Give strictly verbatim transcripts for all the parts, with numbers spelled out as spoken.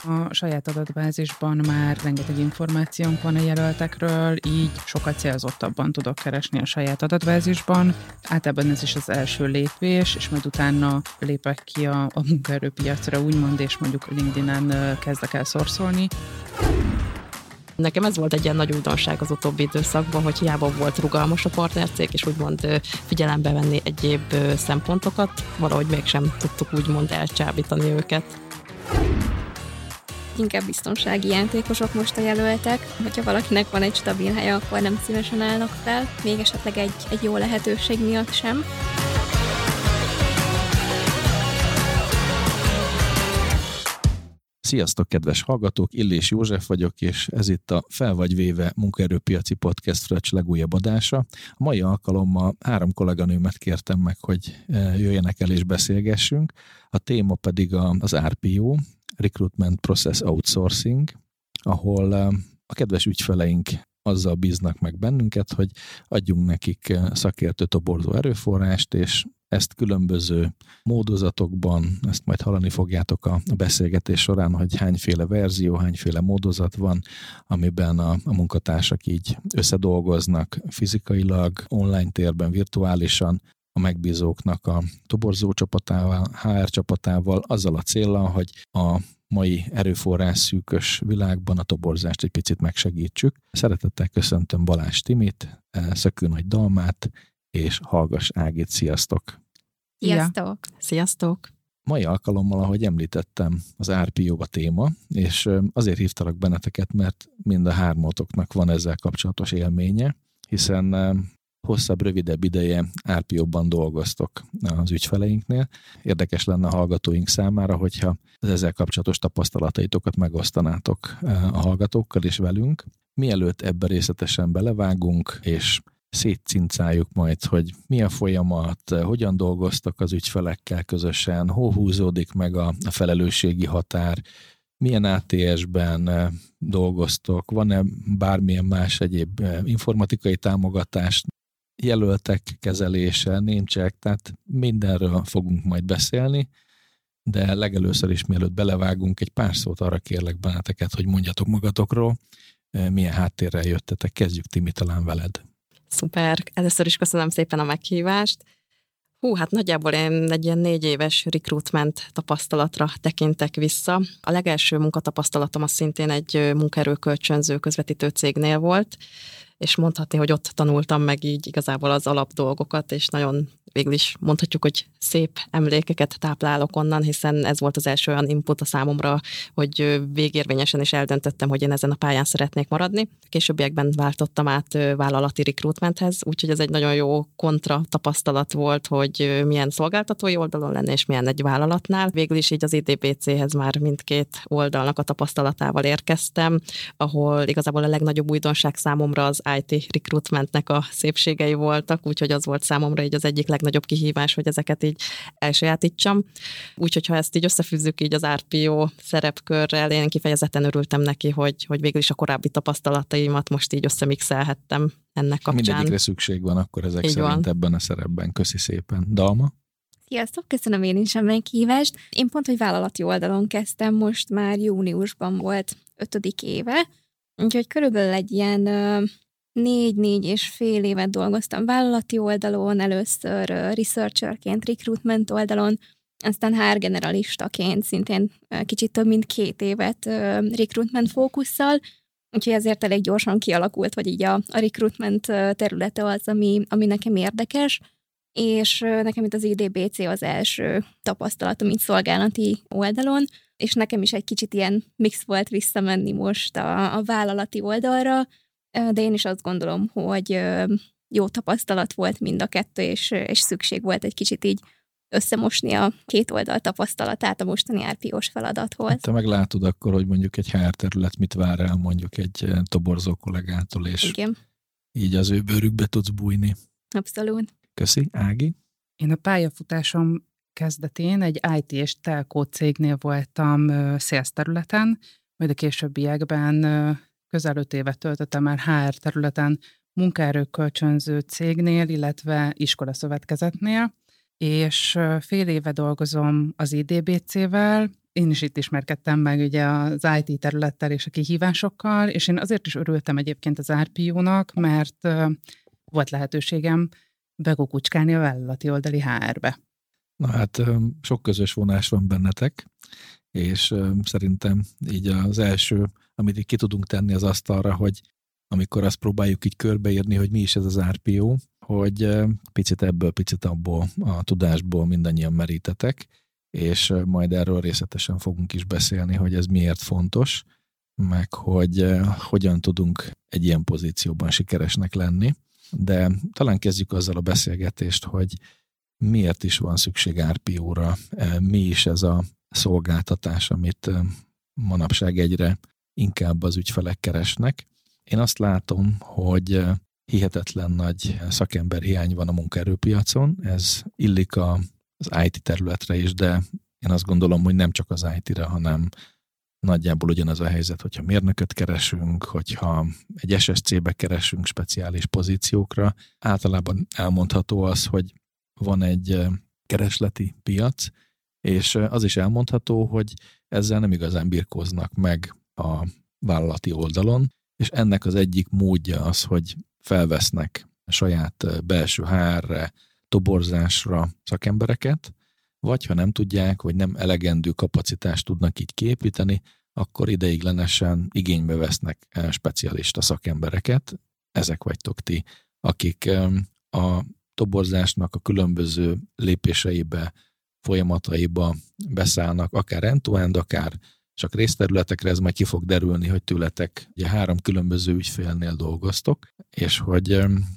A saját adatbázisban már rengeteg információnk van a jelöltekről, így sokkal célzottabban tudok keresni a saját adatbázisban. Általában ez is az első lépés, és majd utána lépek ki a, a munkaerőpiacra, úgymond, és mondjuk LinkedIn-en kezdek el szorszolni. Nekem ez volt egy ilyen nagy újdonság az utóbbi időszakban, hogy hiába volt rugalmas a partnercég, és úgymond figyelembe venni egyéb szempontokat, valahogy mégsem tudtuk úgymond elcsábítani őket. Inkább biztonsági játékosok most a jelöltek. Hogyha valakinek van egy stabil helye, akkor nem szívesen állnak fel, még esetleg egy, egy jó lehetőség miatt sem. Sziasztok, kedves hallgatók! Illés József vagyok, és ez itt a Fel vagy véve munkaerőpiaci podcast Fröccs legújabb adása. A mai alkalommal három kolléganőmet kértem meg, hogy jöjjenek el és beszélgessünk. A téma pedig az er pé o, Recruitment Process Outsourcing, ahol a kedves ügyfeleink azzal bíznak meg bennünket, hogy adjunk nekik szakértő toborzó erőforrást, és ezt különböző módozatokban, ezt majd hallani fogjátok a beszélgetés során, hogy hányféle verzió, hányféle módozat van, amiben a, a munkatársak így összedolgoznak fizikailag, online térben, virtuálisan, a megbízóknak a toborzó csapatával, há er csapatával, azzal a céllal, hogy a mai erőforrás szűkös világban a toborzást egy picit megsegítsük. Szeretettel köszöntöm Balázs Timit, Szökő Nagy Dalmát és Hallgass Ágit. Sziasztok! Sziasztok! Sziasztok! Mai alkalommal, ahogy említettem, az er pé o a téma, és azért hívtalak benneteket, mert mind a hármatoknak van ezzel kapcsolatos élménye, hiszen hosszabb, rövidebb ideje er pé o-ban dolgoztok az ügyfeleinknél. Érdekes lenne a hallgatóink számára, hogyha az ezzel kapcsolatos tapasztalataitokat megosztanátok a hallgatókkal és velünk. Mielőtt ebbe részletesen belevágunk, és szétcincáljuk majd, hogy mi a folyamat, hogyan dolgoztak az ügyfelekkel közösen, hol húzódik meg a, a felelősségi határ, milyen á té es-ben dolgoztok, van-e bármilyen más egyéb informatikai támogatás, jelöltek kezelése, name check, tehát mindenről fogunk majd beszélni, de legelőször is, mielőtt belevágunk, egy pár szót arra kérlek benneteket, hogy mondjatok magatokról, milyen háttérrel jöttetek. Kezdjük, Timi, talán veled. Szuper! Először is köszönöm szépen a meghívást. Hú, hát nagyjából én egy ilyen négy éves recruitment tapasztalatra tekintek vissza. A legelső munkatapasztalatom az szintén egy munkaerőkölcsönző közvetítő cégnél volt, és mondhatni, hogy ott tanultam meg így igazából az alapdolgokat, és nagyon végül is mondhatjuk, hogy szép emlékeket táplálok onnan, hiszen ez volt az első olyan input a számomra, hogy végérvényesen is eldöntöttem, hogy én ezen a pályán szeretnék maradni. Későbbiekben váltottam át vállalati recruitmenthez, úgyhogy ez egy nagyon jó kontra tapasztalat volt, hogy milyen szolgáltatói oldalon lenne, és milyen egy vállalatnál. Végül is így az i dé bé cé-hez már mindkét oldalnak a tapasztalatával érkeztem, ahol igazából a legnagyobb újdonság számomra az i té recruitmentnek a szépségei voltak, úgyhogy az volt számomra így az egyik legnagyobb kihívás, hogy ezeket így elsajátítsam. Úgyhogy ha ezt így összefűzzük így az er pé o szerepkörrel, én kifejezetten örültem neki, hogy, hogy végül is a korábbi tapasztalataimat most így összemixelhettem ennek kapcsán. Mindegyikre szükség van akkor ezek így szerint van. Ebben a szerepben. Köszi szépen. Dalma? Sziasztok, köszönöm én is a meghívást. Én pont, hogy vállalati oldalon kezdtem, most már júniusban volt ötödik éve, úgyhogy körülbelül egy ilyen négy-négy és fél évet dolgoztam vállalati oldalon, először researcherként, recruitment oldalon, aztán há er generalistaként szintén kicsit több mint két évet recruitment fókusszal, úgyhogy ezért elég gyorsan kialakult, hogy így a, a recruitment területe az, ami, ami nekem érdekes, és nekem itt az i dé bé cé az első tapasztalatom így szolgálati oldalon, és nekem is egy kicsit ilyen mix volt visszamenni most a, a vállalati oldalra, de én is azt gondolom, hogy jó tapasztalat volt mind a kettő, és, és szükség volt egy kicsit így összemosni a két oldal tapasztalatát a mostani er pé o-s feladathoz. Te meg látod akkor, hogy mondjuk egy há er terület mit vár el mondjuk egy toborzó kollégától, és igen, így az ő bőrükbe tudsz bújni. abszolút. Köszi, Ági? Én a pályafutásom kezdetén egy i té és telkó cégnél voltam sales területen, majd a későbbiekben közel öt évet töltöttem már há er területen munkaerőkölcsönző cégnél, illetve iskolaszövetkezetnél, és fél éve dolgozom az i dé bé cé-vel, Én is itt ismerkedtem meg ugye az i té területtel és a kihívásokkal, és én azért is örültem egyébként az er pé ó-nak, mert volt lehetőségem bekukucskálni a vállalati oldali há er-be. Na hát sok közös vonás van bennetek, és szerintem így az első, amit így ki tudunk tenni az asztalra, hogy amikor azt próbáljuk így körbeírni, hogy mi is ez az er pé ó, hogy picit ebből, picit abból a tudásból mindannyian merítetek, és majd erről részletesen fogunk is beszélni, hogy ez miért fontos, meg hogy hogyan tudunk egy ilyen pozícióban sikeresnek lenni. De talán kezdjük azzal a beszélgetést, hogy miért is van szükség er pé ó-ra, mi is ez a szolgáltatás, amit manapság egyre inkább az ügyfelek keresnek. Én azt látom, hogy hihetetlen nagy szakemberhiány van a munkaerőpiacon, ez illik az i té területre is, de én azt gondolom, hogy nem csak az i té-re, hanem nagyjából ugyanaz a helyzet, hogyha mérnököt keresünk, hogyha egy es es cé-be keresünk speciális pozíciókra. Általában elmondható az, hogy van egy keresleti piac, és az is elmondható, hogy ezzel nem igazán birkóznak meg a vállalati oldalon, és ennek az egyik módja az, hogy felvesznek a saját belső há er-re, toborzásra szakembereket, vagy ha nem tudják, vagy nem elegendő kapacitást tudnak így kiépíteni, akkor ideiglenesen igénybe vesznek specialista szakembereket. Ezek vagytok ti, akik a toborzásnak a különböző lépéseibe, folyamataiba beszállnak, akár end-to-end, akár csak részterületekre, ez majd ki fog derülni, hogy tőletek ugye három különböző ügyfélnél dolgoztok, és hogy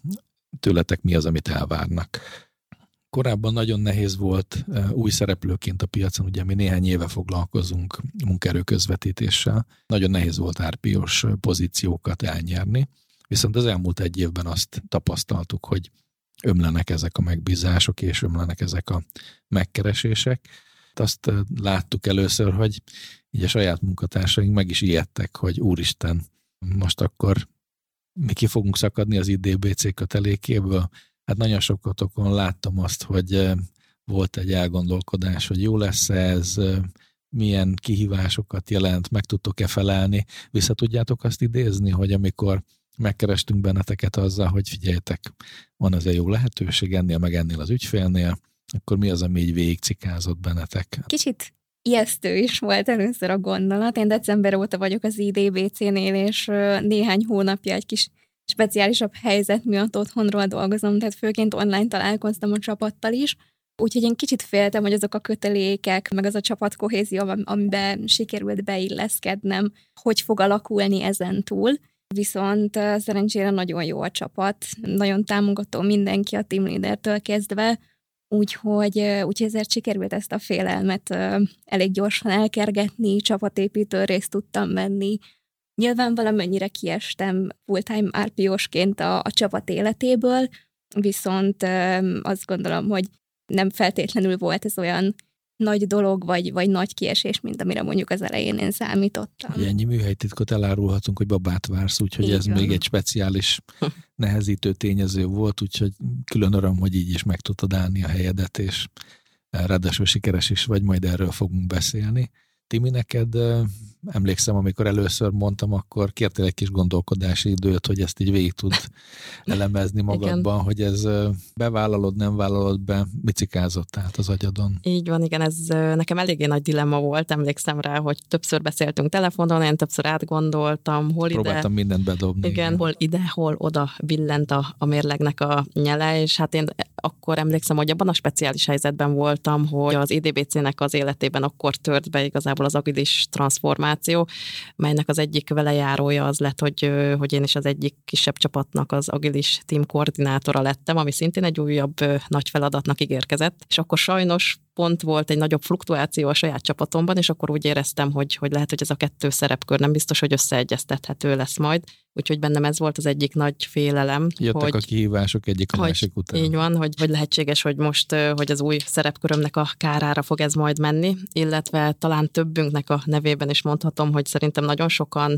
tőletek mi az, amit elvárnak. Korábban nagyon nehéz volt új szereplőként a piacon, ugye mi néhány éve foglalkozunk munkaerő közvetítéssel, nagyon nehéz volt er pé ó-s pozíciókat elnyerni, viszont az elmúlt egy évben azt tapasztaltuk, hogy ömlenek ezek a megbízások, és ömlenek ezek a megkeresések. Azt láttuk először, hogy így a saját munkatársaink meg is ijedtek, hogy úristen, most akkor mi ki fogunk szakadni az i dé bé cé kötelékéből. Hát nagyon sokatokon láttam azt, hogy volt egy elgondolkodás, hogy jó lesz ez, milyen kihívásokat jelent, meg tudtok-e felelni. Vissza tudjátok azt idézni, hogy amikor megkerestünk benneteket azzal, hogy figyeljetek, van azért jó lehetőség ennél, meg ennél az ügyfélnél, akkor mi az, ami így végigcikázott bennetek? Kicsit ijesztő is volt először a gondolat. Én december óta vagyok az i dé bé cé-nél, és néhány hónapja egy kis speciálisabb helyzet miatt otthonról dolgozom, tehát főként online találkoztam a csapattal is. Úgyhogy én kicsit féltem, hogy azok a kötelékek, meg az a csapatkohézió, amiben sikerült beilleszkednem, hogy fog alakulni ezen túl. Viszont szerencsére nagyon jó a csapat, nagyon támogató mindenki a team leadertől kezdve, úgyhogy, úgyhogy ezért sikerült ezt a félelmet elég gyorsan elkergetni, csapatépítő részt tudtam venni. Nyilván valamennyire kiestem full-time er pé ó-sként a, a csapat életéből, viszont azt gondolom, hogy nem feltétlenül volt ez olyan nagy dolog, vagy, vagy nagy kiesés, mint amire mondjuk az elején én számítottam. Ugye ennyi műhelytitkot elárulhatunk, hogy babát vársz, úgyhogy így ez van. Még egy speciális nehezítő tényező volt, úgyhogy külön öröm, hogy így is meg tudtad állni a helyedet, és ráadásul sikeres is vagy, majd erről fogunk beszélni. Timi, neked emlékszem, amikor először mondtam, akkor kértél egy kis gondolkodási időt, hogy ezt így végig tud elemezni magadban, igen. Hogy ez bevállalod, nem vállalod be, mit cikázott át az agyadon? Így van, igen, ez nekem eléggé nagy dilemma volt, emlékszem rá, hogy többször beszéltünk telefonon, én többször átgondoltam, hol ide... Próbáltam mindent bedobni. Igen, igen, hol ide, hol oda billent a, a mérlegnek a nyele, és hát én akkor emlékszem, hogy abban a speciális helyzetben voltam, hogy az i dé bé cé-nek az életében akkor tört be igazából az agilis transformáció, melynek az egyik velejárója az lett, hogy, hogy én is az egyik kisebb csapatnak az agilis team koordinátora lettem, ami szintén egy újabb nagy feladatnak ígérkezett, és akkor sajnos pont volt egy nagyobb fluktuáció a saját csapatomban, és akkor úgy éreztem, hogy, hogy lehet, hogy ez a kettő szerepkör nem biztos, hogy összeegyeztethető lesz majd. Úgyhogy bennem ez volt az egyik nagy félelem. Jöttek hogy, a kihívások egyik a hogy, másik után. Így van, hogy, hogy lehetséges, hogy most hogy az új szerepkörömnek a kárára fog ez majd menni, illetve talán többünknek a nevében is mondhatom, hogy szerintem nagyon sokan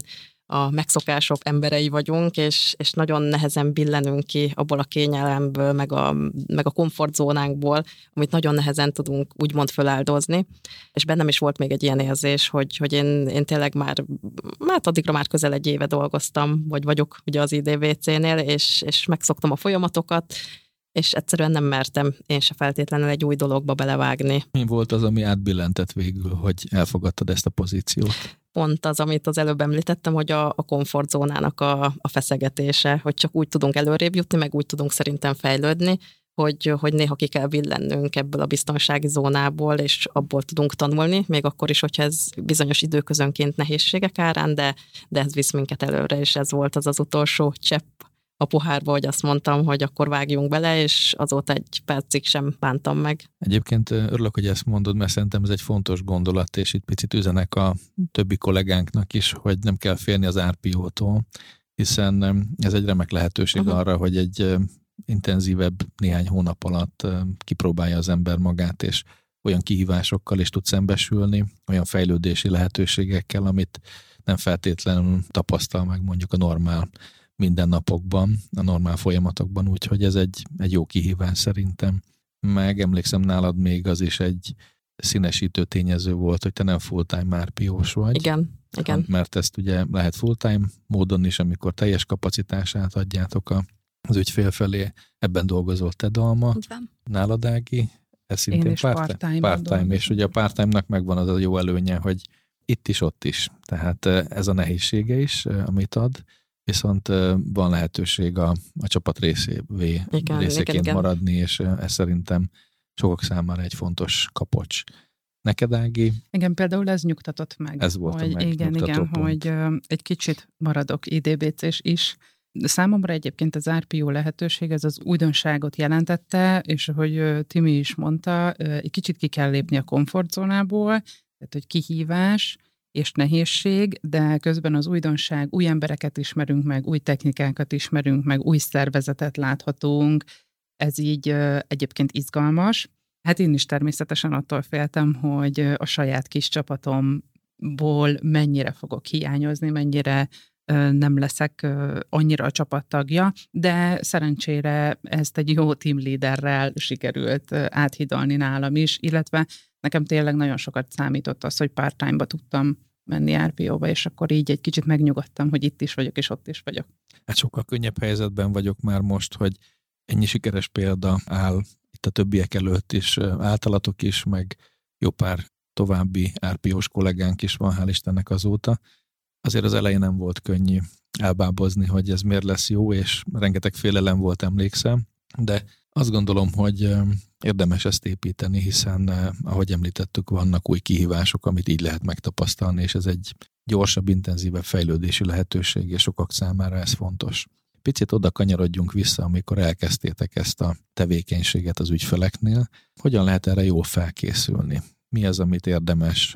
a megszokások emberei vagyunk, és, és nagyon nehezen billenünk ki abból a kényelemből, meg a, meg a komfortzónánkból, amit nagyon nehezen tudunk úgymond föláldozni. És bennem is volt még egy ilyen érzés, hogy, hogy én, én tényleg már, már addigra már közel egy éve dolgoztam, vagy vagyok ugye az i dé vé cé-nél, és, és megszoktam a folyamatokat, és egyszerűen nem mertem én se feltétlenül egy új dologba belevágni. Mi volt az, ami átbillentett végül, hogy elfogadtad ezt a pozíciót? Pont az, amit az előbb említettem, hogy a, a komfortzónának a, a feszegetése, hogy csak úgy tudunk előrébb jutni, meg úgy tudunk szerintem fejlődni, hogy, hogy néha ki kell billennünk ebből a biztonsági zónából, és abból tudunk tanulni, még akkor is, hogyha ez bizonyos időközönként nehézségek árán, de, de ez visz minket előre, és ez volt az az utolsó csepp a pohárba, hogy azt mondtam, hogy akkor vágjunk bele, és azóta egy percig sem bántam meg. Egyébként örülök, hogy ezt mondod, mert szerintem ez egy fontos gondolat, és itt picit üzenek a többi kollégánknak is, hogy nem kell félni az er pé ó-tól, hiszen ez egy remek lehetőség uh-huh. arra, hogy egy intenzívebb néhány hónap alatt kipróbálja az ember magát, és olyan kihívásokkal is tud szembesülni, olyan fejlődési lehetőségekkel, amit nem feltétlenül tapasztal meg mondjuk a normál mindennapokban, a normál folyamatokban, úgyhogy ez egy, egy jó kihívás szerintem. Meg emlékszem, nálad még az is egy színesítő tényező volt, hogy te nem full-time er pé ó-s vagy. Igen, igen. Mert ezt ugye lehet full-time módon is, amikor teljes kapacitását adjátok az ügyfél felé. Ebben dolgozol te, Dalma. Nálad, Ági? Ez szintén part-time, part-time és ugye a part-time-nak megvan az a jó előnye, hogy itt is, ott is. Tehát ez a nehézsége is, amit ad, viszont van lehetőség a, a csapat részévé, igen, részéként igen, igen. maradni, és ez szerintem sokak számára egy fontos kapocs. Neked, Ági? Igen, például ez nyugtatott meg. Ez volt hogy a meg igen, igen, pont. hogy egy kicsit maradok i dé bé cés is. Számomra egyébként az er pé ó lehetőség, ez az újdonságot jelentette, és ahogy Timi is mondta, egy kicsit ki kell lépni a komfortzónából, tehát hogy kihívás és nehézség, de közben az újdonság, új embereket ismerünk meg, új technikákat ismerünk meg, új szervezetet láthatunk, ez így egyébként izgalmas. Hát én is természetesen attól féltem, hogy a saját kis csapatomból mennyire fogok hiányozni, mennyire nem leszek annyira a csapattagja, de szerencsére ezt egy jó team leaderrel sikerült áthidalni nálam is, illetve nekem tényleg nagyon sokat számított az, hogy part-time-ba tudtam menni er pé ó-ba, és akkor így egy kicsit megnyugodtam, hogy itt is vagyok, és ott is vagyok. Hát sokkal könnyebb helyzetben vagyok már most, hogy ennyi sikeres példa áll itt a többiek előtt is, általatok is, meg jó pár további er pé ó-s kollégánk is van, hál' Istennek azóta. Azért az elején nem volt könnyű elbábozni, hogy ez miért lesz jó, és rengeteg félelem volt, emlékszem, de azt gondolom, hogy érdemes ezt építeni, hiszen, ahogy említettük, vannak új kihívások, amit így lehet megtapasztalni, és ez egy gyorsabb, intenzívebb fejlődési lehetőség, és sokak számára ez fontos. Picit oda kanyarodjunk vissza, amikor elkezdtétek ezt a tevékenységet az ügyfeleknél. Hogyan lehet erre jól felkészülni? Mi az, amit érdemes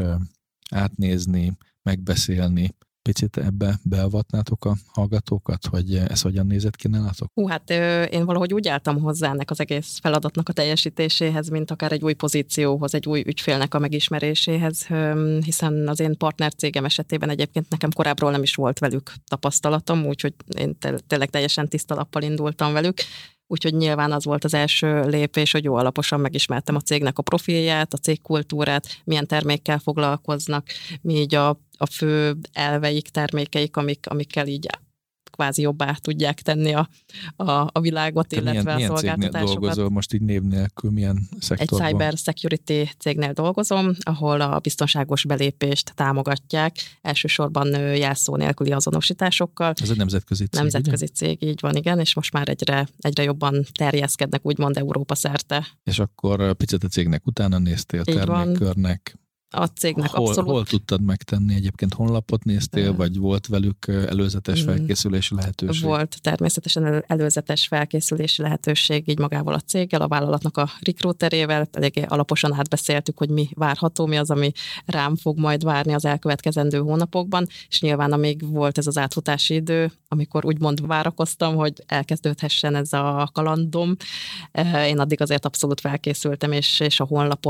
átnézni, megbeszélni? Picit ebbe beavatnátok a hallgatókat, hogy ez hogyan nézett ki nálatok? Hú, hát én valahogy úgy álltam hozzá ennek az egész feladatnak a teljesítéséhez, mint akár egy új pozícióhoz, egy új ügyfélnek a megismeréséhez, hiszen az én partnercégem esetében egyébként nekem korábbról nem is volt velük tapasztalatom, úgyhogy én tényleg teljesen tiszta lappal indultam velük. Úgyhogy nyilván az volt az első lépés, hogy jó alaposan megismertem a cégnek a profilját, a cégkultúrát, milyen termékkel foglalkoznak, mi így a, a fő elveik, termékeik, amik, amikkel így kvázi jobbá tudják tenni a, a, a világot, te illetve milyen, a milyen szolgáltatásokat. Cégnél dolgozol most így név nélkül, milyen szektorban? Egy cyber security cégnél dolgozom, ahol a biztonságos belépést támogatják, elsősorban jelszó nélküli azonosításokkal. Ez egy nemzetközi cég, Nemzetközi ugye? cég, így van, igen, és most már egyre, egyre jobban terjeszkednek, úgymond Európa szerte. És akkor picit a cégnek utána néztél, termékkörnek. A cégnek hol, abszolút. Hol tudtad megtenni? Egyébként honlapot néztél, vagy volt velük előzetes felkészülési lehetőség? Volt természetesen előzetes felkészülési lehetőség így magával a céggel, a vállalatnak a recruiterével, pedig alaposan átbeszéltük, hogy mi várható, mi az, ami rám fog majd várni az elkövetkezendő hónapokban, és nyilván amíg volt ez az átfutási idő, amikor úgymond várakoztam, hogy elkezdődhessen ez a kalandom, én addig azért abszolút felkészültem, és, és a honlapon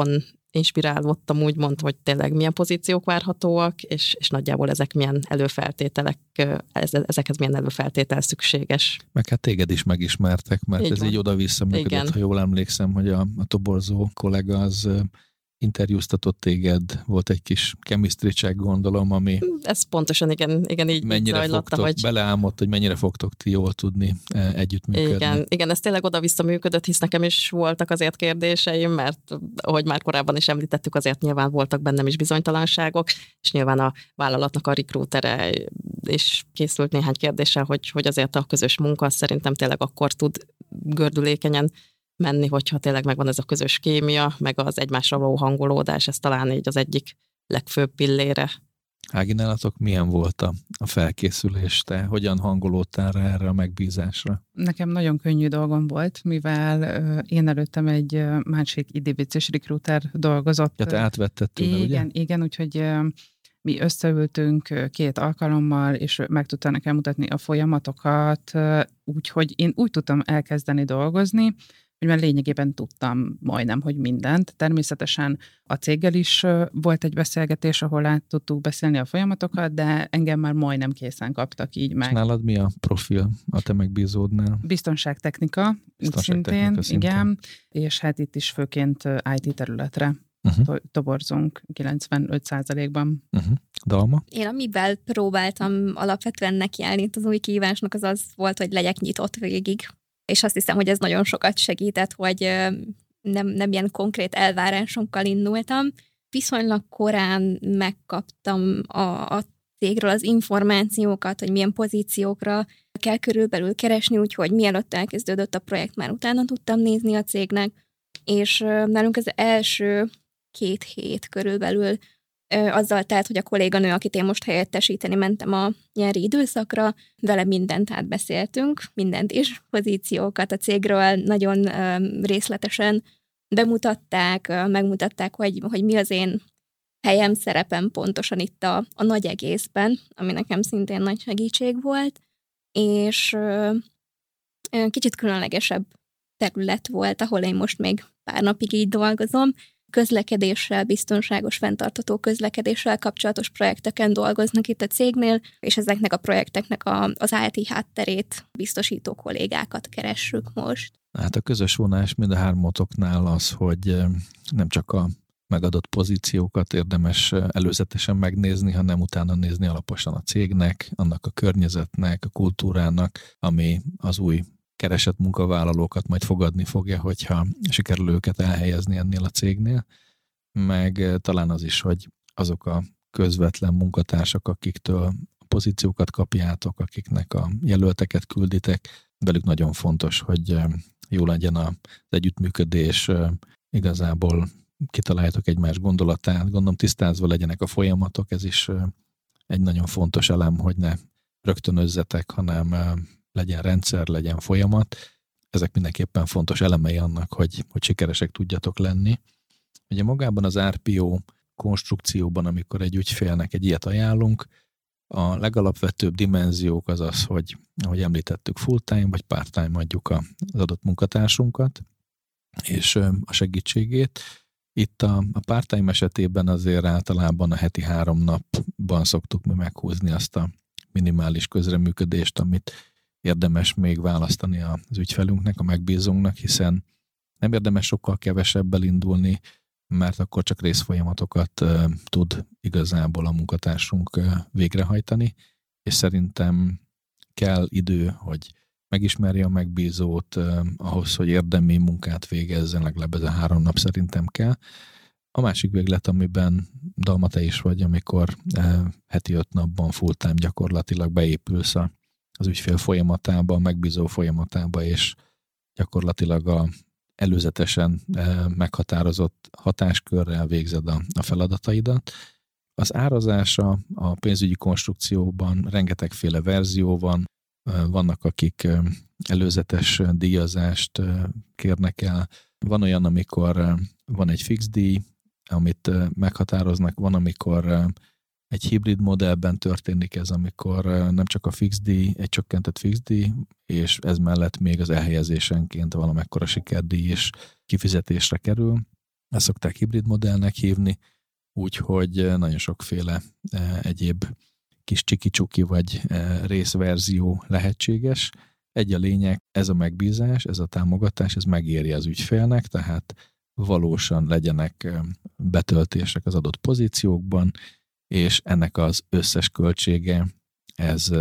inspirálódtam, úgy mondtam, hogy tényleg milyen pozíciók várhatóak, és, és nagyjából ezek milyen előfeltételek, ezekhez milyen előfeltétel szükséges. Meg hát téged is megismertek, mert így ez van. Így oda-vissza működött, ha jól emlékszem, hogy a, a toborzó kollega az interjúztatott téged, volt egy kis chemistry check, gondolom, ami... Ez pontosan, igen, igen így mennyire zajlott, fogtok, hogy... beleálmodt, hogy mennyire fogtok ti jól tudni együttműködni. Igen, igen, ez tényleg oda-vissza működött, hisz nekem is voltak azért kérdéseim, mert ahogy már korábban is említettük, azért nyilván voltak bennem is bizonytalanságok, és nyilván a vállalatnak a recruitere is készült néhány kérdéssel, hogy, hogy azért a közös munka szerintem tényleg akkor tud gördülékenyen menni, hogyha tényleg megvan ez a közös kémia, meg az egymásra való hangolódás, ez talán így az egyik legfőbb pillére. Ági, nálatok milyen volt a, a felkészülés? Te hogyan hangolódtál rá erre a megbízásra? Nekem nagyon könnyű dolgom volt, mivel uh, én előttem egy uh, másik idébicés recruiter dolgozott. Ja, te átvetted tőle, ugye? Igen, igen, úgyhogy uh, mi összeültünk uh, két alkalommal, és meg tudta nekem mutatni a folyamatokat, uh, úgyhogy én úgy tudtam elkezdeni dolgozni, hogy már lényegében tudtam majdnem, hogy mindent. Természetesen a céggel is volt egy beszélgetés, ahol át tudtuk beszélni a folyamatokat, de engem már majdnem készen kaptak így meg. És nálad mi a profil a te megbízódnál? Biztonságtechnika, Biztonságtechnika szintén, igen, és hát itt is főként i té területre uh-huh. toborzunk kilencvenöt százalékban. Uh-huh. Dalma? Én amivel próbáltam alapvetően nekiállni itt az új kihívásnak, az az volt, hogy legyek nyitott végig. És azt hiszem, hogy ez nagyon sokat segített, hogy nem, nem ilyen konkrét elvárásokkal indultam. Viszonylag korán megkaptam a, a cégről az információkat, hogy milyen pozíciókra kell körülbelül keresni, úgyhogy mielőtt elkezdődött a projekt, már utána tudtam nézni a cégnek, és nálunk az első két hét körülbelül azzal telt, hogy a kolléganő, akit én most helyettesíteni mentem a nyári időszakra, vele mindent átbeszéltünk, mindent is, pozíciókat a cégről nagyon részletesen bemutatták, megmutatták, hogy, hogy mi az én helyem, szerepem pontosan itt a, a nagy egészben, ami nekem szintén nagy segítség volt, és kicsit különlegesebb terület volt, ahol én most még pár napig így dolgozom, közlekedéssel, biztonságos, fenntartható közlekedéssel kapcsolatos projekteken dolgoznak itt a cégnél, és ezeknek a projekteknek a, az i té hátterét biztosító kollégákat keressük most. Hát a közös vonás mind a hármatoknál az, hogy nem csak a megadott pozíciókat érdemes előzetesen megnézni, hanem utána nézni alaposan a cégnek, annak a környezetnek, a kultúrának, ami az új keresett munkavállalókat majd fogadni fogja, hogyha sikerül őket elhelyezni ennél a cégnél, meg talán az is, hogy azok a közvetlen munkatársak, akiktől a pozíciókat kapjátok, akiknek a jelölteket külditek, velük nagyon fontos, hogy jó legyen az együttműködés, igazából kitaláljátok egymás gondolatát, gondolom tisztázva legyenek a folyamatok, ez is egy nagyon fontos elem, hogy ne rögtönözzetek, hanem legyen rendszer, legyen folyamat. Ezek mindenképpen fontos elemei annak, hogy, hogy sikeresek tudjatok lenni. Ugye magában az er pé o konstrukcióban, amikor egy ügyfélnek egy ilyet ajánlunk, a legalapvetőbb dimenziók az az, hogy, ahogy említettük, full-time vagy part-time adjuk az adott munkatársunkat, és a segítségét. Itt a, a part-time esetében azért általában a heti három napban szoktuk mi meghúzni azt a minimális közreműködést, amit érdemes még választani az ügyfelünknek, a megbízónknak, hiszen nem érdemes sokkal kevesebbel indulni, mert akkor csak részfolyamatokat uh, tud igazából a munkatársunk uh, végrehajtani, és szerintem kell idő, hogy megismerje a megbízót, uh, ahhoz, hogy érdemi munkát végezzen, legalább ez a három nap szerintem kell. A másik véglet, amiben Dalma te is vagy, amikor uh, heti öt napban full-time gyakorlatilag beépülsz a az ügyfél folyamatába, a megbízó folyamatába, és gyakorlatilag a előzetesen meghatározott hatáskörrel végzed a, a feladataidat. Az árazása a pénzügyi konstrukcióban rengetegféle verzió van, vannak, akik előzetes díjazást kérnek el, van olyan, amikor van egy fix díj, amit meghatároznak, van, amikor egy hibrid modellben történik ez, amikor nem csak a fix díj, egy csökkentett fix díj, és ez mellett még az elhelyezésenként valamekkora sikerdíj is kifizetésre kerül. Ezt szokták hibrid modellnek hívni, úgyhogy nagyon sokféle egyéb kis csiki-csuki vagy részverzió lehetséges. Egy a lényeg, ez a megbízás, ez a támogatás, ez megéri az ügyfélnek, tehát valósan legyenek betöltések az adott pozíciókban, és ennek az összes költsége, ez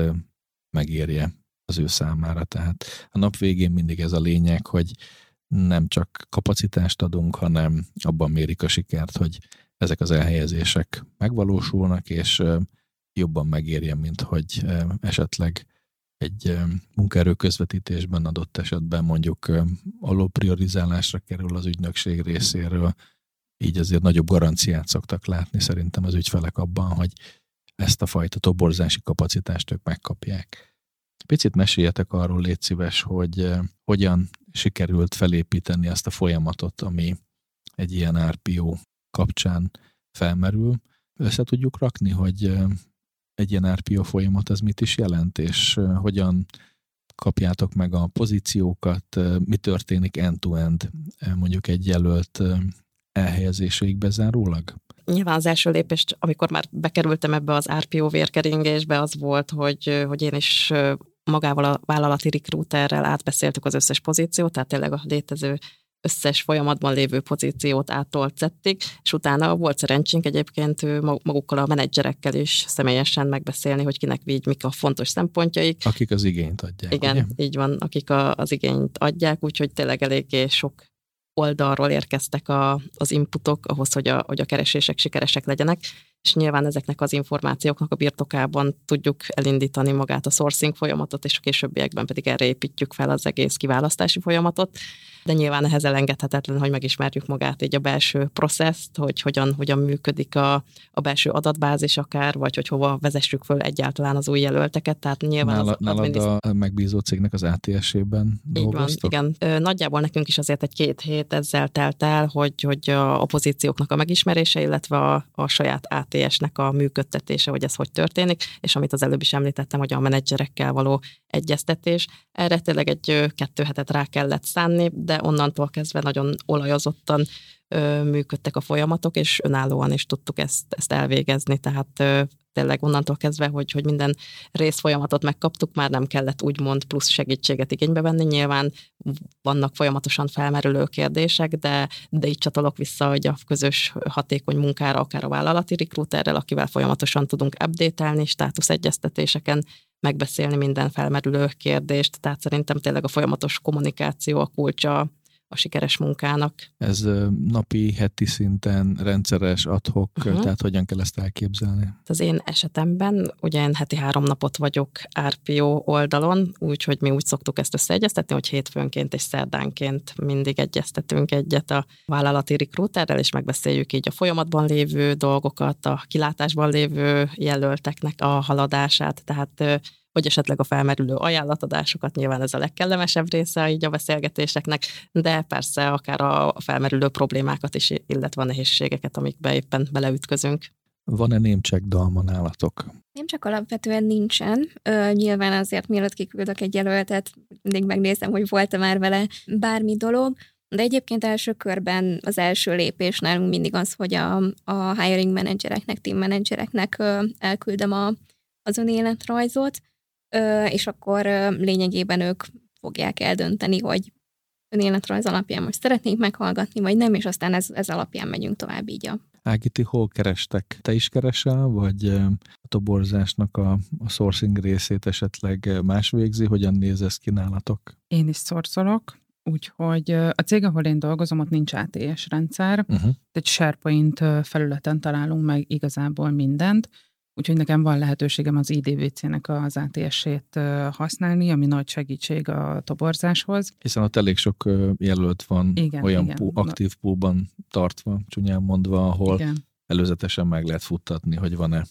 megérje az ő számára. Tehát a nap végén mindig ez a lényeg, hogy nem csak kapacitást adunk, hanem abban mérik a sikert, hogy ezek az elhelyezések megvalósulnak, és jobban megérjen, mint hogy esetleg egy munkaerő közvetítésben adott esetben mondjuk alulpriorizálásra kerül az ügynökség részéről, így azért nagyobb garanciát szoktak látni szerintem az ügyfelek abban, hogy ezt a fajta toborzási kapacitást ők megkapják. Picit meséljetek arról, légy szíves, hogy hogyan sikerült felépíteni azt a folyamatot, ami egy ilyen er pé o kapcsán felmerül. Össze tudjuk rakni, hogy egy ilyen er pé o folyamat ez mit is jelent, és hogyan kapjátok meg a pozíciókat, mi történik end-to-end mondjuk egy jelölt elhelyezéséig bezárólag? Nyilván az első lépést, amikor már bekerültem ebbe az er pé o vérkeringésbe, az volt, hogy, hogy én is magával a vállalati recruiterrel átbeszéltük az összes pozíciót, tehát tényleg a létező összes folyamatban lévő pozíciót átolt szettig, és utána volt szerencsénk egyébként magukkal a menedzserekkel is személyesen megbeszélni, hogy kinek így mik a fontos szempontjaik. Akik az igényt adják. Igen, ugye? Így van, akik a, az igényt adják, úgyhogy tényleg eléggé sok oldalról érkeztek a, az inputok ahhoz, hogy a, hogy a keresések sikeresek legyenek, és nyilván ezeknek az információknak a birtokában tudjuk elindítani magát a sourcing folyamatot, és a későbbiekben pedig erre építjük fel az egész kiválasztási folyamatot, de nyilván ehhez elengedhetetlen, hogy megismerjük magát így a belső processzt, hogy hogyan, hogyan működik a, a belső adatbázis akár, vagy hogy hova vezessük föl egyáltalán az új jelölteket, tehát nyilván Nála, az nálad adminisz... a megbízó cégnek az á té es-ében dolgoztok? Így van, igen. Nagyjából nekünk is azért egy két hét ezzel telt el, hogy, hogy a, a pozícióknak a megismerése, illetve a, a saját á té es-nek a működtetése, hogy ez hogy történik, és amit az előbb is említettem, hogy a menedzserekkel való egyeztetés. Erre tényleg egy kettő hetet rá kellett szánni, de onnantól kezdve nagyon olajozottan ö, működtek a folyamatok, és önállóan is tudtuk ezt, ezt elvégezni, tehát ö, tényleg onnantól kezdve, hogy, hogy minden részfolyamatot megkaptuk, már nem kellett úgymond plusz segítséget igénybe venni. Nyilván vannak folyamatosan felmerülő kérdések, de, de így csatolok vissza, hogy a közös hatékony munkára, akár a vállalati recruiterrel, akivel folyamatosan tudunk update-elni, státuszegyeztetéseken, megbeszélni minden felmerülő kérdést, tehát szerintem tényleg a folyamatos kommunikáció a kulcsa a sikeres munkának. Ez napi, heti szinten rendszeres, ad-hoc, uh-huh. tehát hogyan kell ezt elképzelni? Az én esetemben ugye én heti három napot vagyok er pé o oldalon, úgyhogy mi úgy szoktuk ezt összeegyeztetni, hogy hétfőnként és szerdánként mindig egyeztetünk egyet a vállalati recruiterrel, és megbeszéljük így a folyamatban lévő dolgokat, a kilátásban lévő jelölteknek a haladását, tehát vagy esetleg a felmerülő ajánlatadásokat, nyilván ez a legkellemesebb része így a beszélgetéseknek, de persze akár a felmerülő problémákat is, illetve a nehézségeket, amikbe éppen beleütközünk. Van-e némcheck dalma nálatok? Némcheck alapvetően nincsen. Ö, nyilván azért, mielőtt kiküldök egy jelöltet, mindig megnézem, hogy volt-e már vele bármi dolog, de egyébként első körben az első lépés nálunk mindig az, hogy a, a hiring menedzsereknek, team menedzsereknek ö, elküldöm a, az önéletrajzot, Ö, és akkor ö, lényegében ők fogják eldönteni, hogy önéletrajz alapján most szeretnénk meghallgatni, vagy nem, és aztán ez, ez alapján megyünk tovább így a... Ági, ti hol kerestek? Te is keresel, vagy a toborzásnak a, a sourcing részét esetleg más végzi? Hogyan néz ez ki nálatok? Én is szorszolok, úgyhogy a cég, ahol én dolgozom, ott nincs á té es rendszer, uh-huh. egy SharePoint felületen találunk meg igazából mindent, úgyhogy nekem van lehetőségem az i dé vé cé-nek az á té es-ét használni, ami nagy segítség a toborzáshoz. Hiszen ott elég sok jelölt van, igen, olyan igen. Pool, aktív poolban tartva, csúnyán mondva, ahol igen. előzetesen meg lehet futtatni, hogy van-e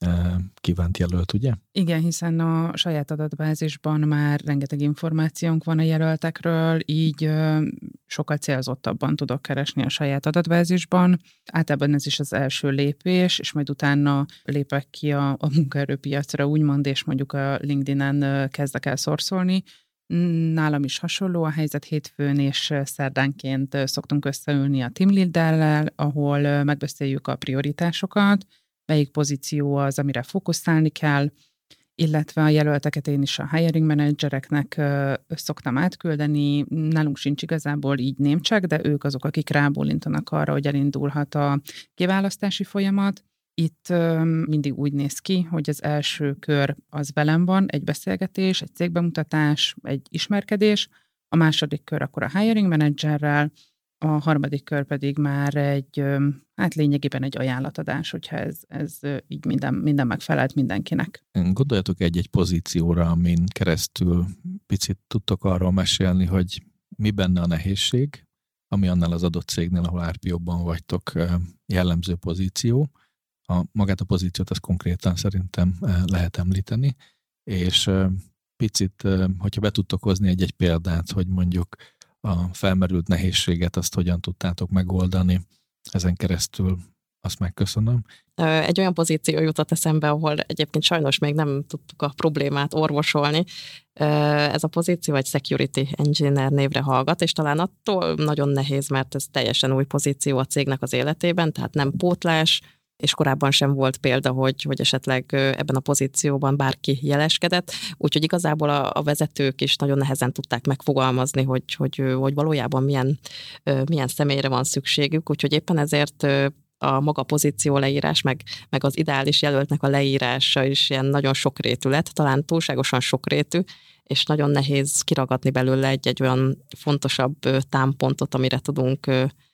kívánt jelölt, ugye? Igen, hiszen a saját adatbázisban már rengeteg információnk van a jelöltekről, így sokkal célzottabban tudok keresni a saját adatbázisban. Általában ez is az első lépés, és majd utána lépek ki a, a munkaerőpiacra, úgymond, és mondjuk a LinkedIn-en kezdek el szorszolni, Nálam is hasonló a helyzet, hétfőn és szerdánként szoktunk összeülni a team leaderrel, ahol megbeszéljük a prioritásokat, melyik pozíció az, amire fókuszálni kell, illetve a jelölteket én is a hiring managereknek szoktam átküldeni. Nálunk sincs igazából így némcsek, de ők azok, akik rábólintanak arra, hogy elindulhat a kiválasztási folyamat. Itt mindig úgy néz ki, hogy az első kör az velem van, egy beszélgetés, egy cégbemutatás, egy ismerkedés, a második kör akkor a hiring managerrel, a harmadik kör pedig már egy, hát lényegében egy ajánlatadás, hogyha ez, ez így minden, minden megfelelt mindenkinek. Gondoljatok egy-egy pozícióra, amin keresztül picit tudtok arról mesélni, hogy mi benne a nehézség, ami annál az adott cégnél, ahol er pé ó-ban vagytok, jellemző pozíció. A, magát a pozíciót azt konkrétan szerintem lehet említeni, és picit, hogyha be tudtok hozni egy-egy példát, hogy mondjuk a felmerült nehézséget, azt hogyan tudtátok megoldani, ezen keresztül azt megköszönöm. Egy olyan pozíció jutott eszembe, ahol egyébként sajnos még nem tudtuk a problémát orvosolni. Ez a pozíció egy security engineer névre hallgat, és talán attól nagyon nehéz, mert ez teljesen új pozíció a cégnek az életében, tehát nem pótlás, és korábban sem volt példa, hogy, hogy esetleg ebben a pozícióban bárki jeleskedett, úgyhogy igazából a, a vezetők is nagyon nehezen tudták megfogalmazni, hogy, hogy, hogy valójában milyen, milyen személyre van szükségük, úgyhogy éppen ezért a maga pozíció leírás, meg, meg az ideális jelöltnek a leírása is ilyen nagyon sokrétű lett, talán túlságosan sokrétű, és nagyon nehéz kiragadni belőle egy-egy olyan fontosabb támpontot, amire tudunk,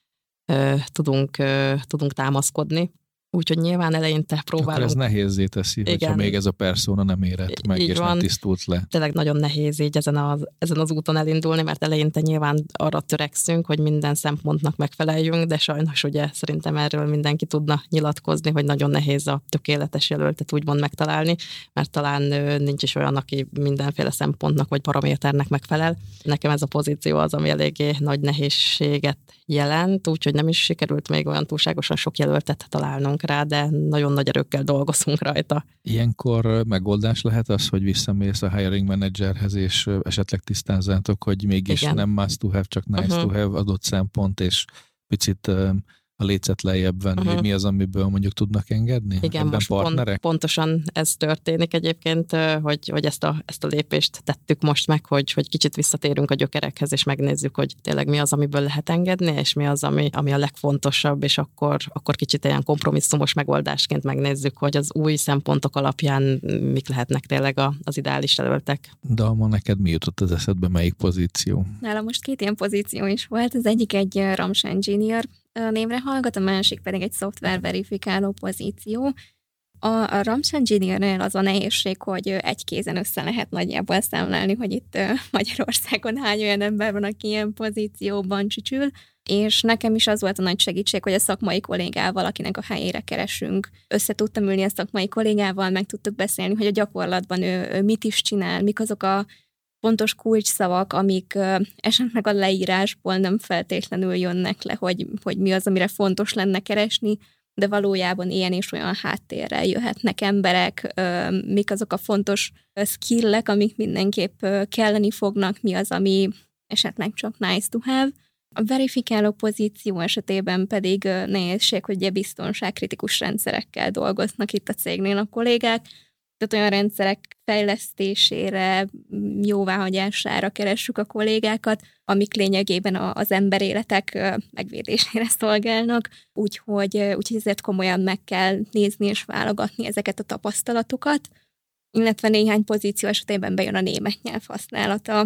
tudunk, tudunk támaszkodni. Úgyhogy nyilván eleinte próbálunk. Akkor ez nehézzé teszi, igen, hogyha még ez a persona nem érett meg, és van, nem tisztult le. Tényleg nagyon nehéz így ezen az, ezen az úton elindulni, mert eleinte nyilván arra törekszünk, hogy minden szempontnak megfeleljünk, de sajnos ugye szerintem erről mindenki tudna nyilatkozni, hogy nagyon nehéz a tökéletes jelöltet úgymond megtalálni, mert talán nincs is olyan, aki mindenféle szempontnak vagy paraméternek megfelel. Nekem ez a pozíció az, ami eléggé nagy nehézséget jelent, úgyhogy nem is sikerült még olyan túlságosan sok jelöltet találnunk rá, de nagyon nagy erőkkel dolgozunk rajta. Ilyenkor megoldás lehet az, hogy visszamész a hiring managerhez, és esetleg tisztázzátok, hogy mégis igen, nem must to have, csak nice uh-huh. to have adott szempont, és picit a lécet lejjebb venni, uh-huh. hogy mi az, amiből mondjuk tudnak engedni? Igen, ebben most partnerek? Pont, pontosan ez történik egyébként, hogy, hogy ezt, a, ezt a lépést tettük most meg, hogy, hogy kicsit visszatérünk a gyökerekhez, és megnézzük, hogy tényleg mi az, amiből lehet engedni, és mi az, ami, ami a legfontosabb, és akkor, akkor kicsit ilyen kompromisszumos megoldásként megnézzük, hogy az új szempontok alapján mik lehetnek tényleg az ideális jelöltek. Dalma, neked mi jutott az eszedbe, melyik pozíció? Nálam most két ilyen pozíció is volt, az egyik egy Rams Engineer névre hallgat, a másik pedig egy szoftver verifikáló pozíció. A, a Rams Engineer-nél az a nehézség, hogy egy kézen össze lehet nagyjából számlálni, hogy itt Magyarországon hány olyan ember van, aki ilyen pozícióban csücsül, és nekem is az volt a nagy segítség, hogy a szakmai kollégával, akinek a helyére keresünk, össze tudtam ülni a szakmai kollégával, meg tudtuk beszélni, hogy a gyakorlatban ő, ő mit is csinál, mik azok a pontos kulcsszavak, amik uh, esetleg a leírásból nem feltétlenül jönnek le, hogy, hogy mi az, amire fontos lenne keresni, de valójában ilyen és olyan háttérrel jöhetnek emberek, uh, mik azok a fontos skillek, amik mindenképp uh, kelleni fognak, mi az, ami esetleg csak nice to have. A verifikáló pozíció esetében pedig uh, nehézség, hogy ugye biztonságkritikus rendszerekkel dolgoznak itt a cégnél a kollégák, tehát olyan rendszerek fejlesztésére, jóváhagyására keressük a kollégákat, amik lényegében az emberéletek megvédésére szolgálnak, úgyhogy, úgyhogy ezért komolyan meg kell nézni és válogatni ezeket a tapasztalatokat, illetve néhány pozíció esetében bejön a német nyelv használata,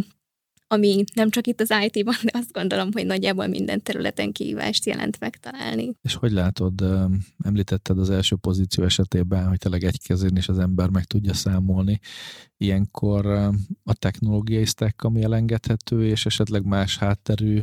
ami nem csak itt az í té-ban, de azt gondolom, hogy nagyjából minden területen kihívást jelent megtalálni. És hogy látod, említetted az első pozíció esetében, hogy tényleg egy kezén is az ember meg tudja számolni. Ilyenkor a technológiai stack, ami elengedhető, és esetleg más hátterű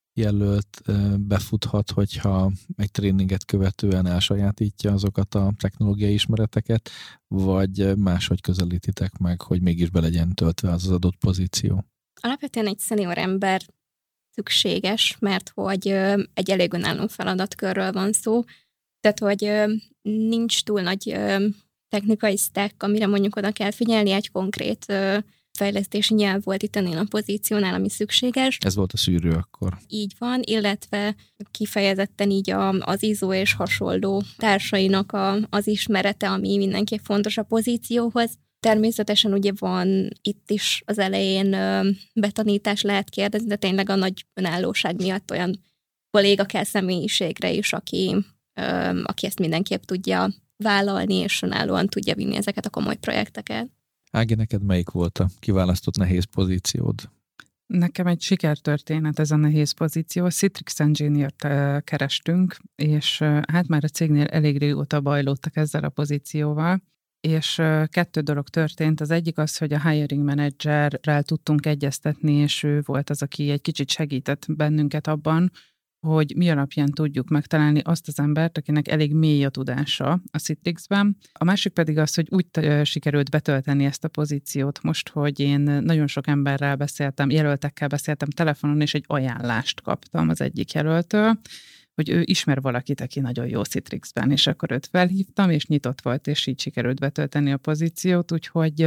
jelölt befuthat, hogyha egy tréninget követően elsajátítja azokat a technológiai ismereteket, vagy máshogy közelítitek meg, hogy mégis be legyen töltve az az adott pozíció? Alapvetően egy szenior ember szükséges, mert hogy egy elég önálló feladatkörről van szó, tehát hogy nincs túl nagy technikai stack, amire mondjuk oda kell figyelni, egy konkrét fejlesztési nyelv volt itt ennél a pozíciónál, ami szükséges. Ez volt a szűrő akkor. Így van, illetve kifejezetten így a, az i es o és hasonló társainak a, az ismerete, ami mindenképp fontos a pozícióhoz. Természetesen ugye van itt is az elején ö, betanítás lehet kérdezni, de tényleg a nagy önállóság miatt olyan kolléga kell személyiségre is, aki, ö, aki ezt mindenképp tudja vállalni, és önállóan tudja vinni ezeket a komoly projekteket. Ági, neked melyik volt a kiválasztott nehéz pozíciód? Nekem egy sikertörténet ez a nehéz pozíció. Citrix Engineert kerestünk, és hát már a cégnél elég régóta bajlódtak ezzel a pozícióval, és kettő dolog történt. Az egyik az, hogy a hiring managerrel tudtunk egyeztetni, és ő volt az, aki egy kicsit segített bennünket abban, hogy mi alapján tudjuk megtalálni azt az embert, akinek elég mély a tudása a Citrixben. A másik pedig az, hogy úgy sikerült betölteni ezt a pozíciót most, hogy én nagyon sok emberrel beszéltem, jelöltekkel beszéltem telefonon, és egy ajánlást kaptam az egyik jelöltől, hogy ő ismer valakit, aki nagyon jó Citrixben, és akkor őt felhívtam, és nyitott volt, és így sikerült betölteni a pozíciót, úgyhogy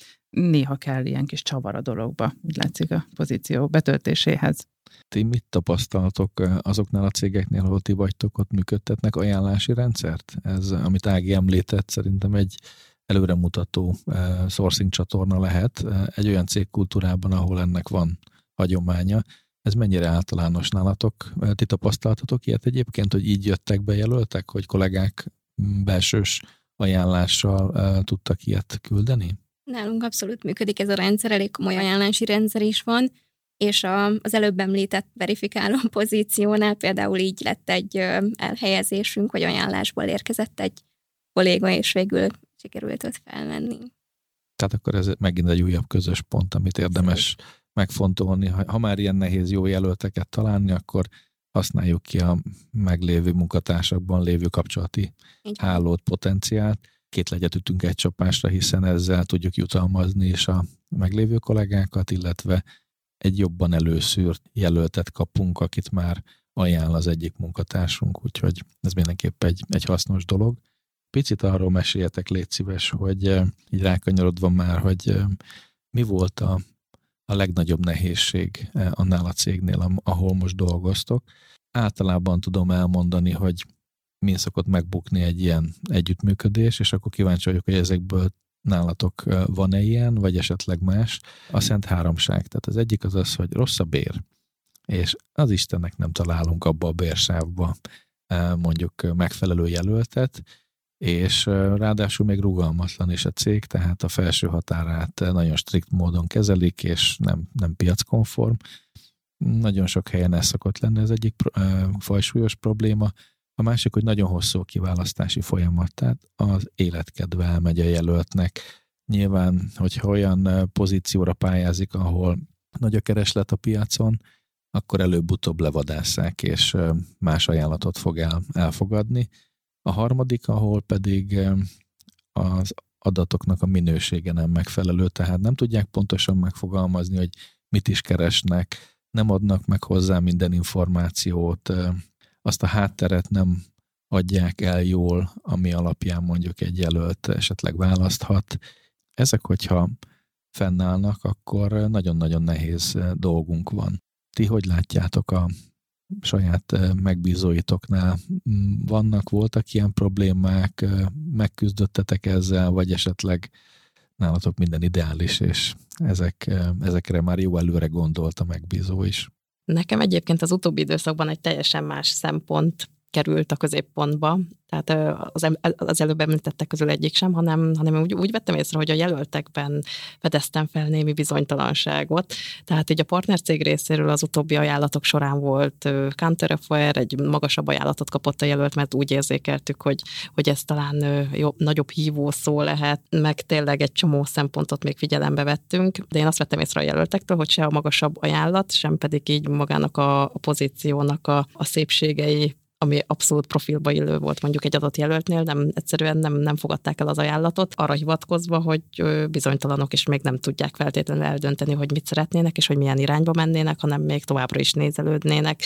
néha kell ilyen kis csavar a dologba, úgy látszik a pozíció betöltéséhez. Ti mit tapasztaltok azoknál a cégeknél, ahol ti vagytok, ott működtetnek ajánlási rendszert? Ez, amit Ági említett, szerintem egy előremutató sourcing csatorna lehet egy olyan cégkultúrában, ahol ennek van hagyománya. Ez mennyire általános nálatok? Ti tapasztaltatok ilyet egyébként, hogy így jöttek be jelöltek, hogy kollégák belsős ajánlással tudtak ilyet küldeni? Nálunk abszolút működik ez a rendszer, elég komoly ajánlási rendszer is van, és a, az előbb említett verifikáló pozíciónál például így lett egy elhelyezésünk, hogy ajánlásból érkezett egy kolléga, és végül sikerült ott felvenni. Tehát akkor ez megint egy újabb közös pont, amit érdemes megfontolni. Ha már ilyen nehéz jó jelölteket találni, akkor használjuk ki a meglévő munkatársakban lévő kapcsolati hálót, potenciált. Két legyet ütünk egy csapásra, hiszen ezzel tudjuk jutalmazni is a meglévő kollégákat, illetve egy jobban előszűrt jelöltet kapunk, akit már ajánl az egyik munkatársunk, úgyhogy ez mindenképp egy, egy hasznos dolog. Picit arról meséljetek, légy szíves, hogy így rákanyarodva már, hogy mi volt a, a legnagyobb nehézség annál a cégnél, ahol most dolgoztok. Általában tudom elmondani, hogy mi szokott megbukni egy ilyen együttműködés, és akkor kíváncsi vagyok, hogy ezekből nálatok van-e ilyen, vagy esetleg más. A szent háromság. Tehát az egyik az az, hogy rossz a bér, és az Istennek nem találunk abba a bérsávba mondjuk megfelelő jelöltet, és ráadásul még rugalmatlan is a cég, tehát a felső határát nagyon strikt módon kezelik, és nem, nem piackonform. Nagyon sok helyen ez szokott lenni, ez egyik fajsúlyos probléma. A másik, hogy nagyon hosszú kiválasztási folyamat, tehát az életkedve elmegy a jelöltnek. Nyilván, hogyha olyan pozícióra pályázik, ahol nagy a kereslet a piacon, akkor előbb-utóbb levadásszák, és más ajánlatot fog el, elfogadni. A harmadik, ahol pedig az adatoknak a minősége nem megfelelő, tehát nem tudják pontosan megfogalmazni, hogy mit is keresnek, nem adnak meg hozzá minden információt, azt a hátteret nem adják el jól, ami alapján mondjuk egy jelölt esetleg választhat. Ezek, hogyha fennállnak, akkor nagyon-nagyon nehéz dolgunk van. Ti hogy látjátok a saját megbízóitoknál? Vannak, voltak ilyen problémák, megküzdöttetek ezzel, vagy esetleg nálatok minden ideális, és ezek, ezekre már jó előre gondolt a megbízó is? Nekem egyébként az utóbbi időszakban egy teljesen más szempont került a középpontba, tehát az, az előbb említettek közül egyik sem, hanem, hanem úgy, úgy vettem észre, hogy a jelöltekben fedeztem fel némi bizonytalanságot. Tehát így a partnercég részéről az utóbbi ajánlatok során volt counteroffer, egy magasabb ajánlatot kapott a jelölt, mert úgy érzékeltük, hogy, hogy ez talán jobb, nagyobb hívó szó lehet, meg tényleg egy csomó szempontot még figyelembe vettünk, de én azt vettem észre a jelöltektől, hogy se a magasabb ajánlat, sem pedig így magának a, a pozíciónak a, a szépségei, ami abszolút profilba illő volt mondjuk egy adott jelöltnél, nem, egyszerűen nem, nem fogadták el az ajánlatot, arra hivatkozva, hogy bizonytalanok és még nem tudják feltétlenül eldönteni, hogy mit szeretnének, és hogy milyen irányba mennének, hanem még továbbra is nézelődnének.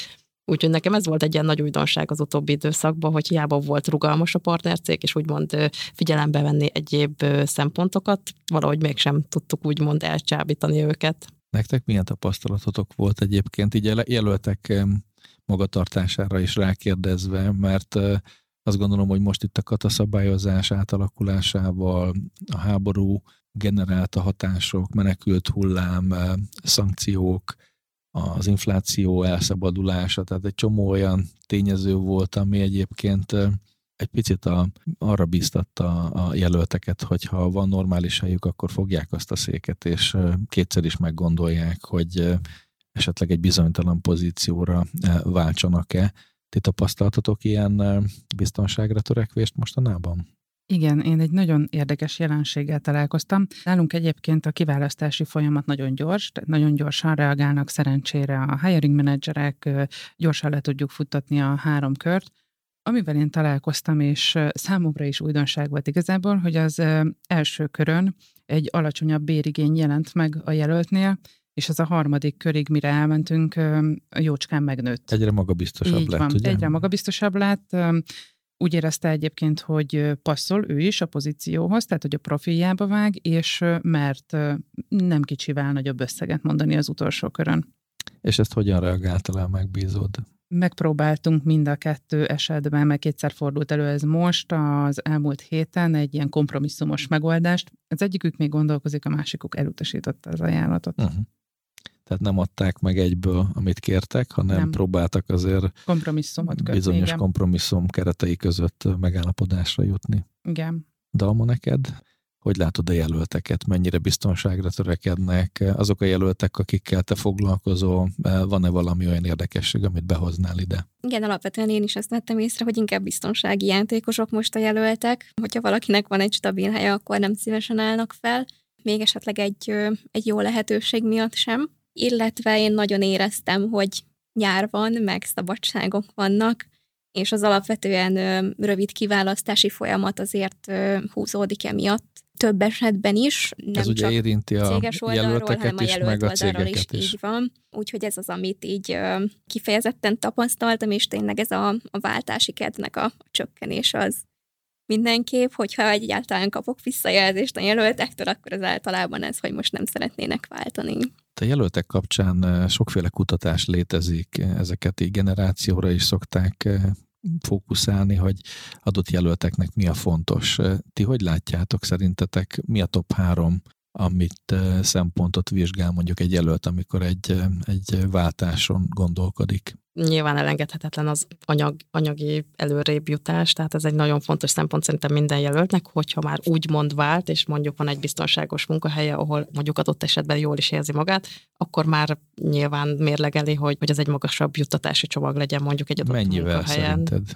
Úgyhogy nekem ez volt egy ilyen nagy újdonság az utóbbi időszakban, hogy hiába volt rugalmas a partnercég, és úgymond figyelembe venni egyéb szempontokat, valahogy mégsem tudtuk úgymond elcsábítani őket. Nektek milyen tapasztalatotok volt egyébként, így jelöltek magatartására is rákérdezve, mert azt gondolom, hogy most itt a kataszabályozás átalakulásával, a háború generálta hatások, menekült hullám, szankciók, az infláció elszabadulása, tehát egy csomó olyan tényező volt, ami egyébként egy picit a, arra bíztatta a jelölteket, hogy ha van normális helyük, akkor fogják azt a széket, és kétszer is meggondolják, hogy esetleg egy bizonytalan pozícióra váltsanak-e. Ti tapasztaltatok ilyen biztonságra törekvést mostanában? Igen, én egy nagyon érdekes jelenséggel találkoztam. Nálunk egyébként a kiválasztási folyamat nagyon gyors, tehát nagyon gyorsan reagálnak szerencsére a hiring menedzserek, gyorsan le tudjuk futtatni a három kört. Amivel én találkoztam, és számomra is újdonság volt igazából, hogy az első körön egy alacsonyabb bérigény jelent meg a jelöltnél, és az a harmadik körig, mire elmentünk, jócskán megnőtt. Egyre magabiztosabb Így lett, van, ugye? Egyre magabiztosabb lett. Úgy érezte egyébként, hogy passzol ő is a pozícióhoz, tehát hogy a profiljába vág, és mert nem kicsivel nagyobb összeget mondani az utolsó körön. És ezt hogyan reagáltál el, megbízod? Megpróbáltunk mind a kettő esetben, meg kétszer fordult elő ez most, az elmúlt héten egy ilyen kompromisszumos megoldást. Az egyikük még gondolkozik, a másikuk elutasította az ajánlatot. Uh-huh. Tehát nem adták meg egyből, amit kértek, hanem nem. Próbáltak azért kompromisszumot kötni, bizonyos igen. kompromisszum keretei között megállapodásra jutni. Igen. Dalma, neked? Hogy látod a jelölteket? Mennyire biztonságra törekednek? Azok a jelöltek, akikkel te foglalkozol, van-e valami olyan érdekesség, amit behoznál ide? Igen, alapvetően én is ezt vettem észre, hogy inkább biztonsági játékosok most a jelöltek. Hogyha valakinek van egy stabil helye, akkor nem szívesen állnak fel. Még esetleg egy, egy jó lehetőség miatt sem. Illetve én nagyon éreztem, hogy nyár van, meg szabadságok vannak, és az alapvetően rövid kiválasztási folyamat azért húzódik emiatt. Több esetben is, nem ez ugye csak érinti a céges oldalról, jelölteket hanem is, a jelölt meg a oldalról is, cégeket is. így van. Úgyhogy ez az, amit így kifejezetten tapasztaltam, és tényleg ez a, a váltási kedvnek a csökkenés az mindenképp, hogyha egyáltalán kapok visszajelzést a jelöltektől, akkor az általában ez, hogy most nem szeretnének váltani. A jelöltek kapcsán sokféle kutatás létezik, ezeket így generációra is szokták fókuszálni, hogy adott jelölteknek mi a fontos. Ti hogy látjátok, szerintetek mi a top három, amit szempontot vizsgál mondjuk egy jelölt, amikor egy, egy váltáson gondolkodik? Nyilván elengedhetetlen az anyag, anyagi előrébb jutás, tehát ez egy nagyon fontos szempont szerintem minden jelöltnek, hogyha már úgymond vált, és mondjuk van egy biztonságos munkahelye, ahol mondjuk adott esetben jól is érzi magát, akkor már nyilván mérlegeli, hogy, hogy ez egy magasabb juttatási csomag legyen mondjuk egy adott Mennyivel munkahelyen. szerinted?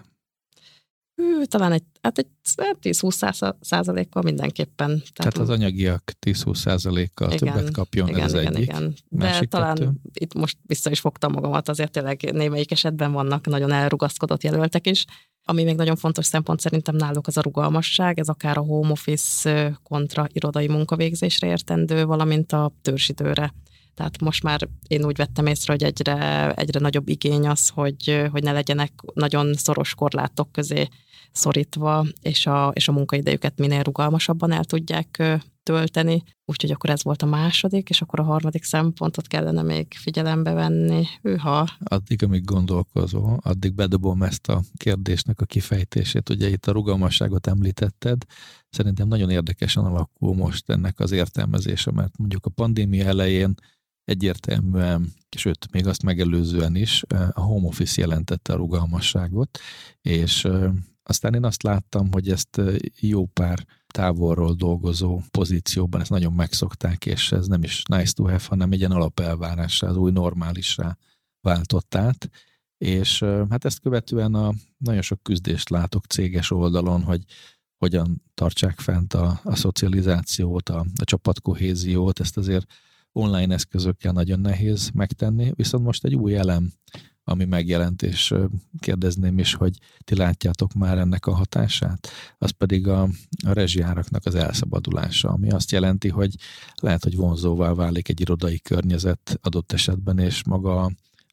Hű, talán egy, hát egy tíz-húsz százalékkal mindenképpen. Tehát, Tehát az anyagiak tíz-húsz százalékkal igen, többet kapjon, igen, ez az igen, egyik. igen. De Másik talán kettő? itt most vissza is fogtam magamat, azért tényleg némelyik esetben vannak nagyon elrugaszkodott jelöltek is. Ami még nagyon fontos szempont szerintem náluk az a rugalmasság, ez akár a home office kontra irodai munkavégzésre értendő, valamint a törzsidőre. Tehát most már én úgy vettem észre, hogy egyre, egyre nagyobb igény az, hogy, hogy ne legyenek nagyon szoros korlátok közé szorítva, és a, és a munkaidejüket minél rugalmasabban el tudják tölteni. Úgyhogy akkor ez volt a második, és akkor a harmadik szempontot kellene még figyelembe venni. Hűha! Addig, amíg gondolkozol, addig bedobom ezt a kérdésnek a kifejtését. Ugye itt a rugalmasságot említetted, szerintem nagyon érdekesen alakul most ennek az értelmezése, mert mondjuk a pandémia elején egyértelműen, sőt, még azt megelőzően is a home office jelentette a rugalmasságot, és aztán én azt láttam, hogy ezt jó pár távolról dolgozó pozícióban ezt nagyon megszokták, és ez nem is nice to have, hanem egy ilyen alapelvárásra, az új normálisra váltott át, és hát ezt követően a, nagyon sok küzdést látok céges oldalon, hogy hogyan tartsák fent a, a szocializációt, a, a csapatkohéziót, ezt azért online eszközökkel nagyon nehéz megtenni, viszont most egy új elem, ami megjelent, és kérdezném is, hogy ti látjátok már ennek a hatását, az pedig a, a rezsiáraknak az elszabadulása, ami azt jelenti, hogy lehet, hogy vonzóvá válik egy irodai környezet adott esetben, és maga a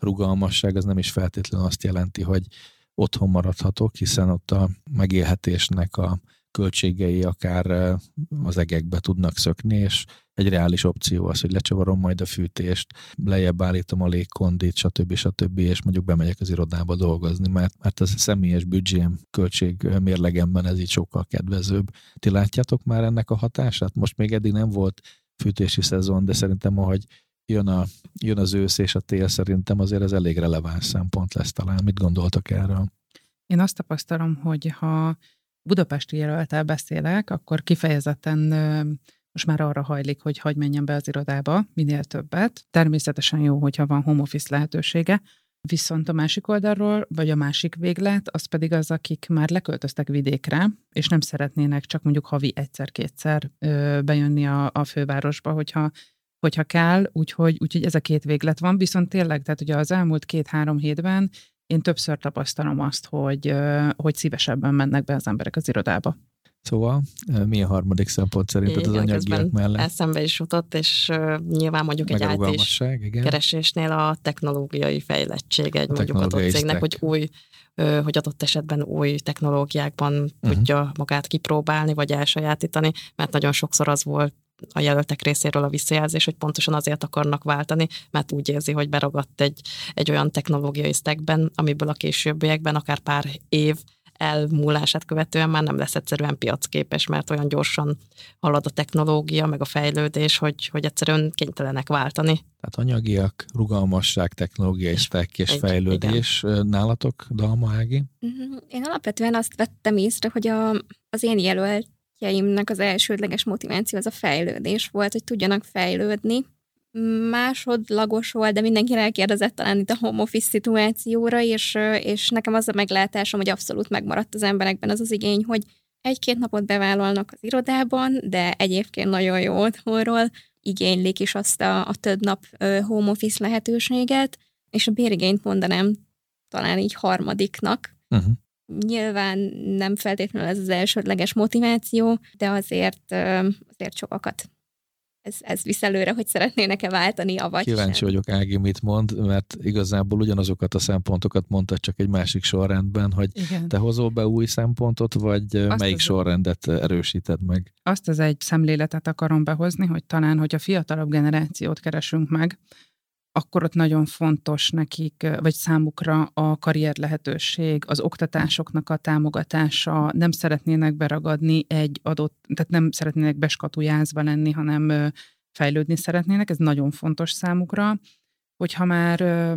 rugalmasság az nem is feltétlenül azt jelenti, hogy otthon maradhatok, hiszen ott a megélhetésnek a költségei akár az egekbe tudnak szökni, és egy reális opció az, hogy lecsavarom majd a fűtést, lejjebb állítom a légkondit, stb. stb. És mondjuk bemegyek az irodába dolgozni, mert, mert az a személyes büdzsém költségmérlegemben ez így sokkal kedvezőbb. Ti látjátok már ennek a hatását? Most még eddig nem volt fűtési szezon, de szerintem ahogy jön, a, jön az ősz és a tél, szerintem azért ez elég releváns szempont lesz talán. Mit gondoltok erről? Én azt tapasztalom, hogy ha budapesti jelölttel beszélek, akkor kifejezetten most már arra hajlik, hogy hagy menjen be az irodába minél többet. Természetesen jó, hogyha van home office lehetősége, viszont a másik oldalról, vagy a másik véglet, az pedig az, akik már leköltöztek vidékre, és nem szeretnének csak mondjuk havi egyszer-kétszer ö, bejönni a, a fővárosba, hogyha, hogyha kell, úgyhogy, úgyhogy ez a két véglet van, viszont tényleg, tehát ugye az elmúlt két-három hétben én többször tapasztalom azt, hogy, hogy szívesebben mennek be az emberek az irodába. Szóval mi a harmadik szempont szerinted az anyagiak mellett? Eszembe is jutott, és uh, nyilván mondjuk meg egy í té keresésnél a technológiai fejlettség egy a mondjuk adott cégnek, hogy új, uh, hogy adott esetben új technológiákban uh-huh. tudja magát kipróbálni, vagy elsajátítani, mert nagyon sokszor az volt a jelöltek részéről a visszajelzés, hogy pontosan azért akarnak váltani, mert úgy érzi, hogy beragadt egy, egy olyan technológiai stackben, amiből a későbbiekben akár pár év elmúlását követően már nem lesz egyszerűen piacképes, mert olyan gyorsan halad a technológia, meg a fejlődés, hogy, hogy egyszerűen kénytelenek váltani. Tehát anyagiak, rugalmasság, technológiai stack és egy, fejlődés. Igen. Nálatok, Dalma Ági? Én alapvetően azt vettem észre, hogy a, az én jelöltjeimnek az elsődleges motiváció az a fejlődés volt, hogy tudjanak fejlődni. Másodlagos volt, de mindenki elkérdezett talán itt a home office szituációra, és, és nekem az a meglátásom, hogy abszolút megmaradt az emberekben az az igény, hogy egy-két napot bevállalnak az irodában, de egyébként nagyon jó otthonról igénylik is azt a, a több nap home office lehetőséget, és a bérigényt mondanám talán így harmadiknak. Uh-huh. Nyilván nem feltétlenül ez az elsődleges motiváció, de azért, azért sokakat Ez, ez visz előre, hogy szeretnének-e váltani, avagy Kíváncsi sem. vagyok, Ági, mit mond, mert igazából ugyanazokat a szempontokat mondtad csak egy másik sorrendben, hogy igen. Te hozol be új szempontot, vagy azt melyik sorrendet erősíted meg? Azt az egy szemléletet akarom behozni, hogy talán, hogyha fiatalabb generációt keresünk meg, akkor ott nagyon fontos nekik, vagy számukra a karrier lehetőség, az oktatásoknak a támogatása, nem szeretnének beragadni egy adott, tehát nem szeretnének beskatujázva lenni, hanem fejlődni szeretnének, ez nagyon fontos számukra. Hogyha már ö,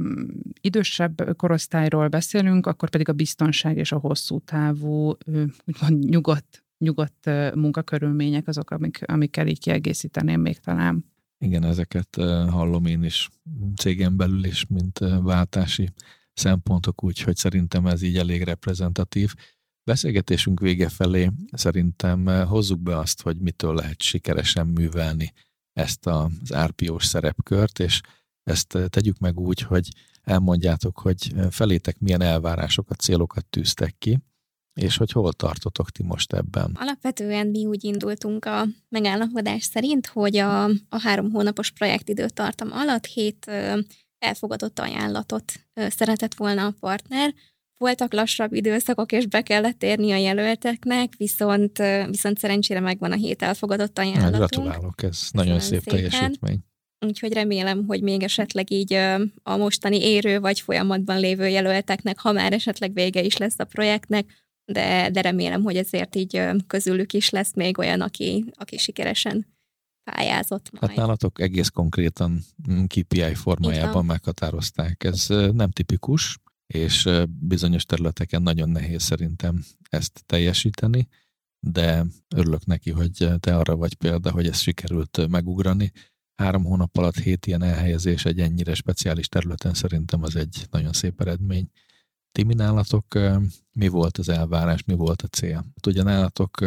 idősebb korosztályról beszélünk, akkor pedig a biztonság és a hosszú távú, ö, úgymond nyugodt, nyugodt munkakörülmények azok, amik, amikkel így kiegészíteném még talán. Igen, ezeket hallom én is cégen belül is, mint váltási szempontok, úgyhogy szerintem ez így elég reprezentatív. Beszélgetésünk vége felé szerintem hozzuk be azt, hogy mitől lehet sikeresen művelni ezt az er pé ó-s szerepkört, és ezt tegyük meg úgy, hogy elmondjátok, hogy felétek milyen elvárásokat, célokat tűztek ki, és hogy hol tartotok ti most ebben? Alapvetően mi úgy indultunk a megállapodás szerint, hogy a, a három hónapos projektidőtartam alatt hét ö, elfogadott ajánlatot ö, szeretett volna a partner. Voltak lassabb időszakok, és be kellett érni a jelölteknek, viszont, ö, viszont szerencsére megvan a hét elfogadott ajánlatunk. Gratulálok, ez Köszönöm nagyon szép szépen. Teljesítmény. Úgyhogy remélem, hogy még esetleg így a mostani érő vagy folyamatban lévő jelölteknek, ha már esetleg vége is lesz a projektnek, De, de remélem, hogy ezért így közülük is lesz még olyan, aki, aki sikeresen pályázott majd. Hát nálatok egész konkrétan ká pé i formájában meghatározták. Ez nem tipikus, és bizonyos területeken nagyon nehéz szerintem ezt teljesíteni, de örülök neki, hogy te arra vagy példa, hogy ez sikerült megugrani. Három hónap alatt hét ilyen elhelyezés egy ennyire speciális területen szerintem az egy nagyon szép eredmény. Ti mi nálatok, mi volt az elvárás, mi volt a cél? Ugye nálatok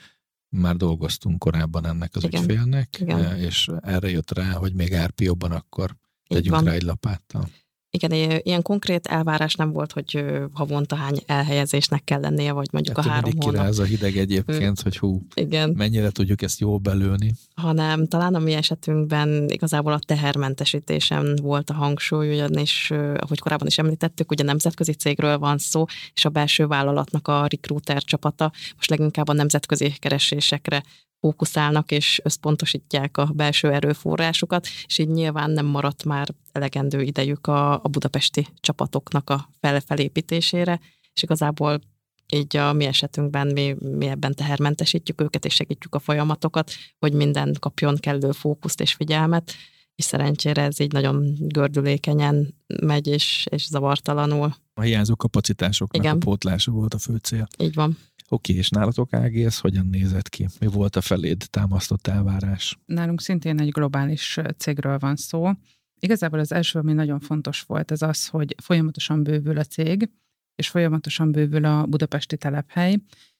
már dolgoztunk korábban ennek az Igen. ügyfélnek, Igen. és erre jött rá, hogy még er pé ó-ban akkor tegyünk rá egy lapáttal. Igen, ilyen konkrét elvárás nem volt, hogy havonta hány elhelyezésnek kell lennie, vagy mondjuk hát a három hónap. Ez a hideg egyébként, hogy hú, igen. mennyire tudjuk ezt jól belőni. Hanem talán a mi esetünkben igazából a tehermentesítésen volt a hangsúly, ugyanis, ahogy korábban is említettük, ugye nemzetközi cégről van szó, és a belső vállalatnak a recruiter csapata most leginkább a nemzetközi keresésekre fókuszálnak és összpontosítják a belső erőforrásukat, és így nyilván nem maradt már elegendő idejük a, a budapesti csapatoknak a fel, felépítésére, és igazából így a mi esetünkben mi, mi ebben tehermentesítjük őket, és segítjük a folyamatokat, hogy minden kapjon kellő fókuszt és figyelmet, és szerencsére ez így nagyon gördülékenyen megy, és, és zavartalanul. A hiányzó kapacitásoknak igen. a pótlása volt a fő cél. Így van. Oké, és nálatok Ági, ez hogyan nézett ki? Mi volt a feléd támasztott elvárás? Nálunk szintén egy globális cégről van szó. Igazából az első, ami nagyon fontos volt, ez az, hogy folyamatosan bővül a cég, és folyamatosan bővül a budapesti telephely,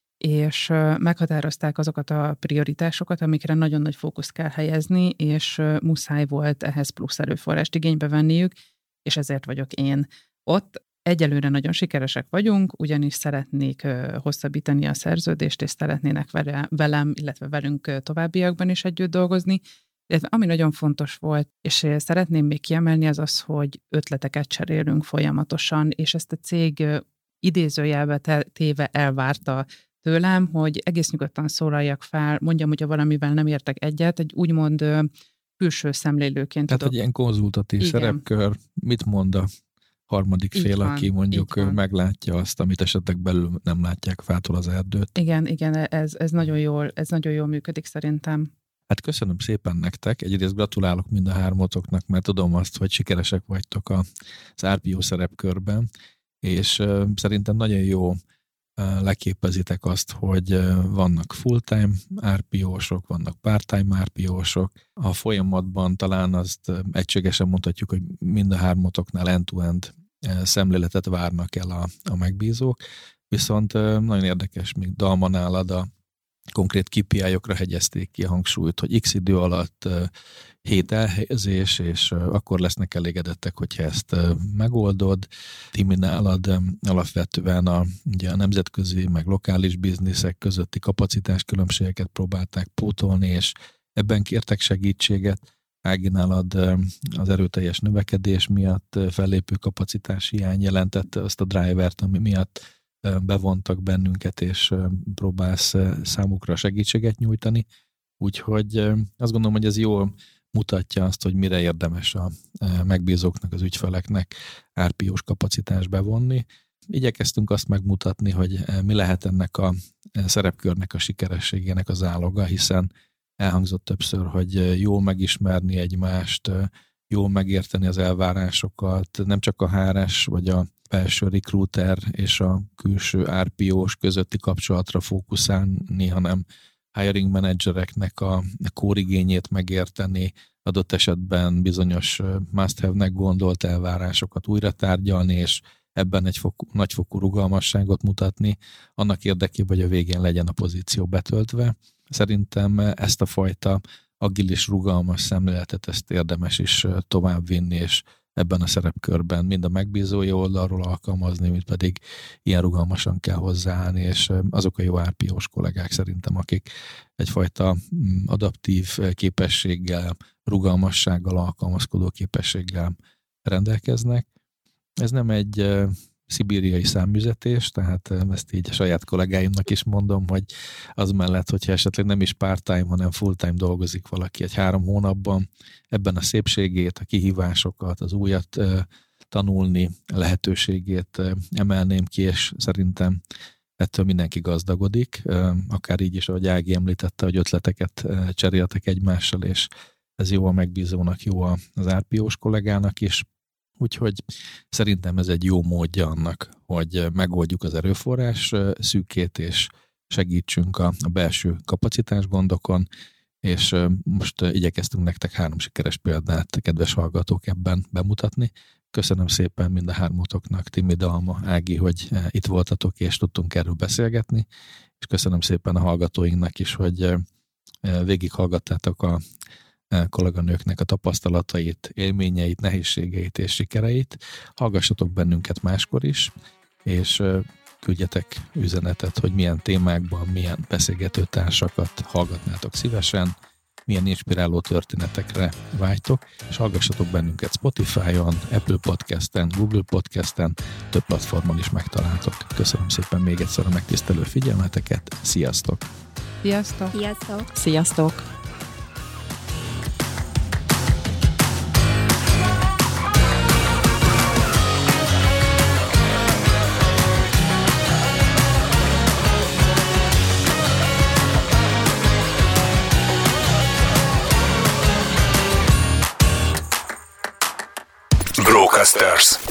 és meghatározták azokat a prioritásokat, amikre nagyon nagy fókuszt kell helyezni, és muszáj volt ehhez plusz erőforrást igénybe venniük, és ezért vagyok én ott. Egyelőre nagyon sikeresek vagyunk, ugyanis szeretnék hosszabbítani a szerződést, és szeretnének velem, illetve velünk továbbiakban is együtt dolgozni. Illetve ami nagyon fontos volt, és szeretném még kiemelni, az az, hogy ötleteket cserélünk folyamatosan, és ezt a cég idézőjelbe téve elvárta tőlem, hogy egész nyugodtan szólaljak fel, mondjam, hogyha valamivel nem értek egyet, egy úgymond külső szemlélőként. Tehát tudok. egy ilyen konzultatív igen. szerepkör, mit mond a harmadik fél, van, aki mondjuk meglátja azt, amit esetleg belül nem látják fától az erdőt. Igen, igen, ez, ez, nagyon jól, ez nagyon jól működik szerintem. Hát köszönöm szépen nektek, egyrészt gratulálok mind a hármatoknak, mert tudom azt, hogy sikeresek vagytok az er pé o szerepkörben, és uh, szerintem nagyon jó uh, leképezitek azt, hogy uh, vannak full-time er pé o-sok, vannak part-time er pé o-sok. A folyamatban talán azt uh, egységesen mondhatjuk, hogy mind a hármatoknál end-to-end uh, szemléletet várnak el a, a megbízók, viszont uh, nagyon érdekes, még Dalma nálad a konkrét ká pé í-okra hegyezték ki a hangsúlyt, hogy x idő alatt uh, hét elhelyezés, és uh, akkor lesznek elégedettek, hogyha ezt uh, megoldod. Timi nálad um, alapvetően a, ugye a nemzetközi, meg lokális bizniszek közötti kapacitáskülönbségeket próbálták pótolni, és ebben kértek segítséget. Ági nálad um, az erőteljes növekedés miatt uh, fellépő kapacitás hiány jelentette azt a drivert, ami miatt bevontak bennünket, és próbálsz számukra segítséget nyújtani. Úgyhogy azt gondolom, hogy ez jól mutatja azt, hogy mire érdemes a megbízóknak, az ügyfeleknek er pé o-s kapacitást bevonni. Igyekeztünk azt megmutatni, hogy mi lehet ennek a szerepkörnek a sikerességének az áloga, hiszen elhangzott többször, hogy jól megismerni egymást, jól megérteni az elvárásokat, nem csak a há er es vagy a belső recruiter és a külső er pé o-s közötti kapcsolatra fókuszálni, hanem hiring managereknek a kórigényét megérteni, adott esetben bizonyos must-have-nek gondolt elvárásokat újra tárgyalni, és ebben egy fokú, nagyfokú rugalmasságot mutatni, annak érdekében, hogy a végén legyen a pozíció betöltve. Szerintem ezt a fajta agilis, rugalmas szemléletet, ezt érdemes is továbbvinni, és ebben a szerepkörben mind a megbízói oldalról alkalmazni, mint pedig ilyen rugalmasan kell hozzáállni, és azok a jó er pé o-s kollégák szerintem, akik egyfajta adaptív képességgel, rugalmassággal, alkalmazkodó képességgel rendelkeznek. Ez nem egy szibériai számüzetés, tehát ezt így a saját kollégáimnak is mondom, hogy az mellett, hogyha esetleg nem is part-time, hanem full-time dolgozik valaki egy három hónapban, ebben a szépségét, a kihívásokat, az újat tanulni lehetőségét emelném ki, és szerintem ettől mindenki gazdagodik, akár így is, ahogy Ági említette, hogy ötleteket cseréltek egymással, és ez jó a megbízónak, jó az er pé o-s kollégának is. Úgyhogy szerintem ez egy jó módja annak, hogy megoldjuk az erőforrás szűkét, és segítsünk a, a belső kapacitás gondokon, és most igyekeztünk nektek három sikeres példát, kedves hallgatók, ebben bemutatni. Köszönöm szépen mind a hármatoknak, Timi, Dalma, Ági, hogy itt voltatok, és tudtunk erről beszélgetni, és köszönöm szépen a hallgatóinknak is, hogy végighallgattátok a kolléganőknek a tapasztalatait, élményeit, nehézségeit és sikereit. Hallgassatok bennünket máskor is, és küldjetek üzenetet, hogy milyen témákban, milyen beszélgető társakat hallgatnátok szívesen, milyen inspiráló történetekre vágytok, és hallgassatok bennünket Spotify-on, Apple Podcasten, Google Podcasten, több platformon is megtaláltok. Köszönöm szépen még egyszer a megtisztelő figyelmeteket, sziasztok! Sziasztok! Sziasztok! Sziasztok! Brocasters.